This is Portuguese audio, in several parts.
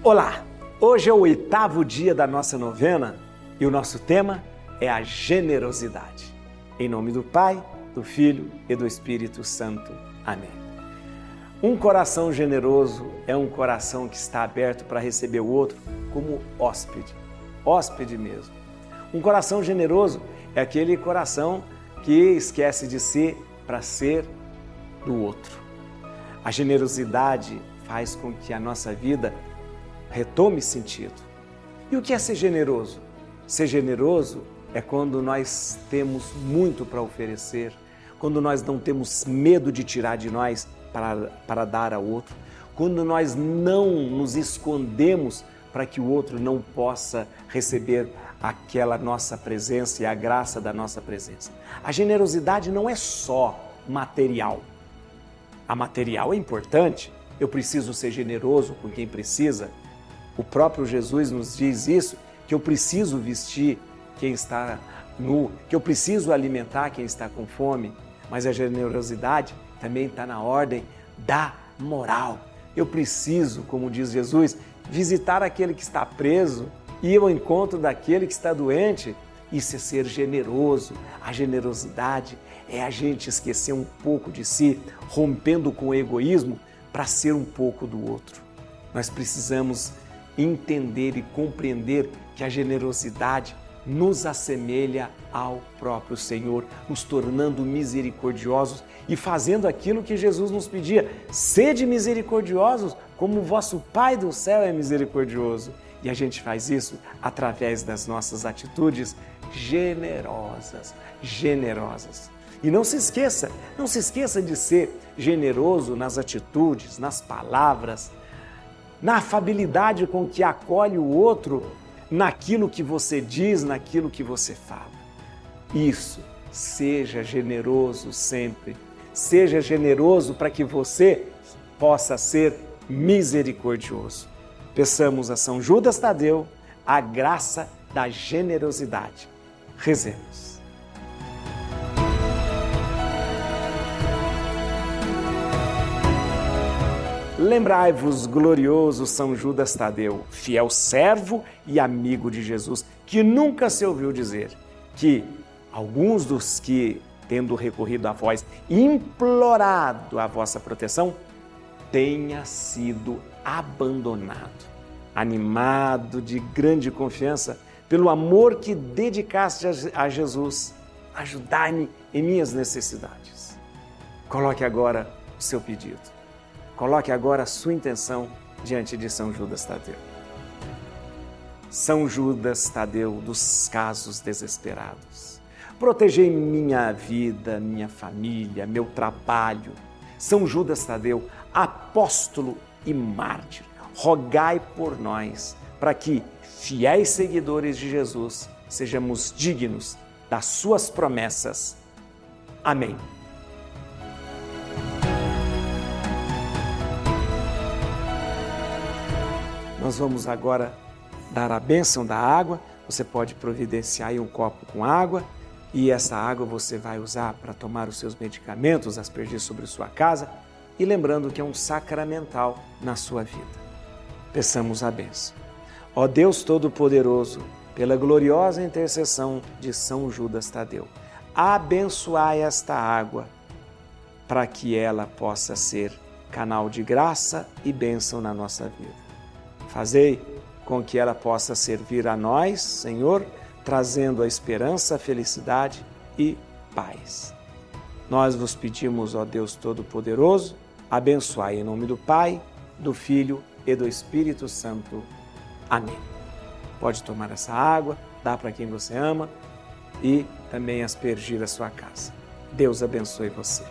Olá! Hoje é o 8º dia da nossa novena e o nosso tema é a generosidade. Em nome do Pai, do Filho e do Espírito Santo. Amém. Um coração generoso é um coração que está aberto para receber o outro como hóspede mesmo. Um coração generoso é aquele coração que esquece de si para ser do outro. A generosidade faz com que a nossa vida retome sentido. E o que é ser generoso? Ser generoso é quando nós temos muito para oferecer, quando nós não temos medo de tirar de nós para dar ao outro, quando nós não nos escondemos para que o outro não possa receber aquela nossa presença e a graça da nossa presença. A generosidade não é só material. A material é importante, eu preciso ser generoso com quem precisa. O próprio Jesus nos diz isso, que eu preciso vestir quem está nu, que eu preciso alimentar quem está com fome. Mas a generosidade também está na ordem da moral. Eu preciso, como diz Jesus, visitar aquele que está preso, ir ao encontro daquele que está doente. Isso é ser generoso. A generosidade é a gente esquecer um pouco de si, rompendo com o egoísmo para ser um pouco do outro. Nós precisamos entender e compreender que a generosidade nos assemelha ao próprio Senhor, nos tornando misericordiosos e fazendo aquilo que Jesus nos pedia: sede misericordiosos, como o vosso Pai do céu é misericordioso. E a gente faz isso através das nossas atitudes generosas. E não se esqueça de ser generoso nas atitudes, nas palavras, na afabilidade com que acolhe o outro, naquilo que você diz, naquilo que você fala. Isso, seja generoso sempre. Seja generoso para que você possa ser misericordioso. Peçamos a São Judas Tadeu a graça da generosidade. Rezemos. Lembrai-vos, glorioso São Judas Tadeu, fiel servo e amigo de Jesus, que nunca se ouviu dizer que alguns dos que, tendo recorrido a vós, implorado a vossa proteção, tenha sido abandonado. Animado de grande confiança pelo amor que dedicaste a Jesus, ajudai-me em minhas necessidades. Coloque agora o seu pedido. Coloque agora a sua intenção diante de São Judas Tadeu. São Judas Tadeu dos casos desesperados, protegei minha vida, minha família, meu trabalho. São Judas Tadeu, apóstolo e mártir, rogai por nós, para que, fiéis seguidores de Jesus, sejamos dignos das suas promessas. Amém. Nós vamos agora dar a bênção da água. Você pode providenciar aí um copo com água e essa água você vai usar para tomar os seus medicamentos, aspergir sobre sua casa, e lembrando que é um sacramental na sua vida. Peçamos a bênção. Ó Deus Todo-Poderoso, pela gloriosa intercessão de São Judas Tadeu, abençoai esta água para que ela possa ser canal de graça e bênção na nossa vida. Fazei com que ela possa servir a nós, Senhor, trazendo a esperança, a felicidade e paz. Nós vos pedimos, ó Deus Todo-Poderoso, abençoai em nome do Pai, do Filho e do Espírito Santo. Amém. Pode tomar essa água, dar para quem você ama e também aspergir a sua casa. Deus abençoe você.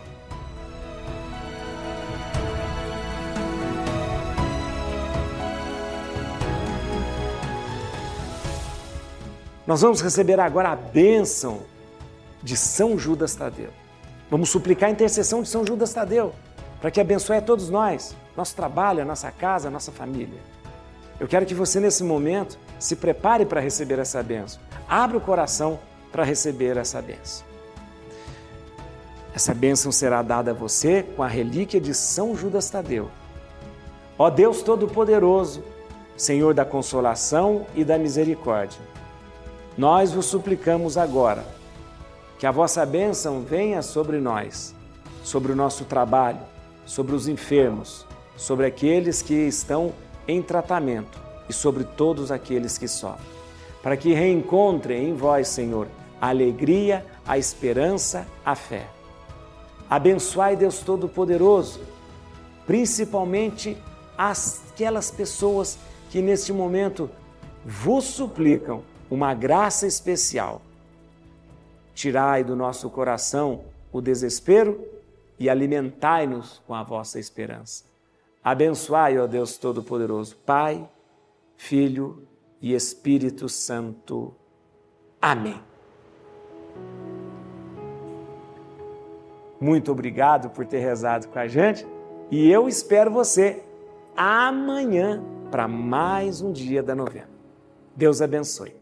Nós vamos receber agora a bênção de São Judas Tadeu. Vamos suplicar a intercessão de São Judas Tadeu para que abençoe a todos nós, nosso trabalho, a nossa casa, a nossa família. Eu quero que você, nesse momento, se prepare para receber essa bênção. Abra o coração para receber essa bênção. Essa bênção será dada a você com a relíquia de São Judas Tadeu. Ó Deus Todo-Poderoso, Senhor da consolação e da misericórdia, nós vos suplicamos agora que a vossa bênção venha sobre nós, sobre o nosso trabalho, sobre os enfermos, sobre aqueles que estão em tratamento e sobre todos aqueles que sofrem, para que reencontrem em vós, Senhor, a alegria, a esperança, a fé. Abençoai, Deus Todo-Poderoso, principalmente aquelas pessoas que neste momento vos suplicam uma graça especial. Tirai do nosso coração o desespero e alimentai-nos com a vossa esperança. Abençoai, ó Deus Todo-Poderoso, Pai, Filho e Espírito Santo. Amém. Muito obrigado por ter rezado com a gente e eu espero você amanhã para mais um dia da novena. Deus abençoe.